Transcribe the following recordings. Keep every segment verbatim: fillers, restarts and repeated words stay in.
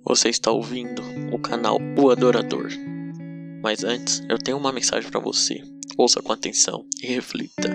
Você está ouvindo o canal O Adorador. Mas antes, eu tenho uma mensagem para você. Ouça com atenção e reflita.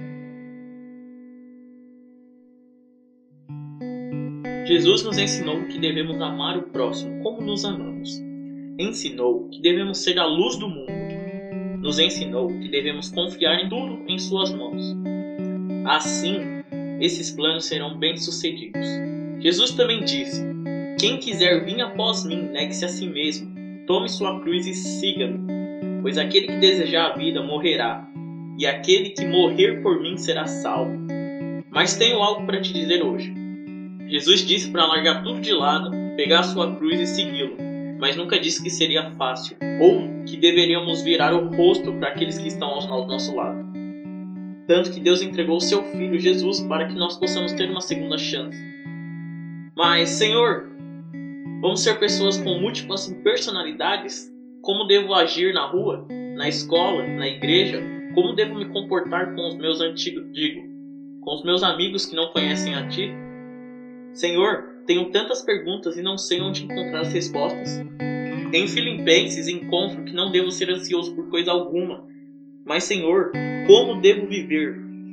Jesus nos ensinou que devemos amar o próximo como nos amamos. Ensinou que devemos ser a luz do mundo. Nos ensinou que devemos confiar em tudo em suas mãos. Assim, esses planos serão bem-sucedidos. Jesus também disse: quem quiser vir após mim, negue-se a si mesmo, tome sua cruz e siga-me. Pois aquele que desejar a vida morrerá, e aquele que morrer por mim será salvo. Mas tenho algo para te dizer hoje. Jesus disse para largar tudo de lado, pegar a sua cruz e segui-lo, mas nunca disse que seria fácil, ou que deveríamos virar o rosto para aqueles que estão ao nosso lado. Tanto que Deus entregou o seu Filho Jesus para que nós possamos ter uma segunda chance. Mas, Senhor, vamos ser pessoas com múltiplas personalidades? Como devo agir na rua, na escola, na igreja? Como devo me comportar com os meus antigos, digo, com os meus amigos que não conhecem a Ti? Senhor, tenho tantas perguntas e não sei onde encontrar as respostas. Em Filipenses encontro que não devo ser ansioso por coisa alguma. Mas, Senhor, como devo viver?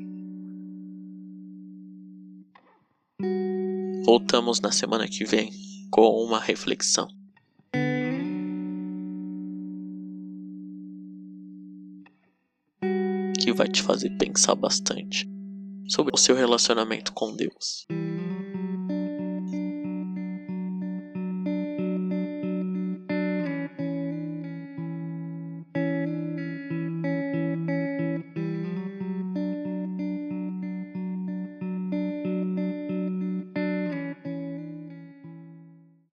Voltamos na semana que vem com uma reflexão. Que vai te fazer pensar bastante sobre o seu relacionamento com Deus.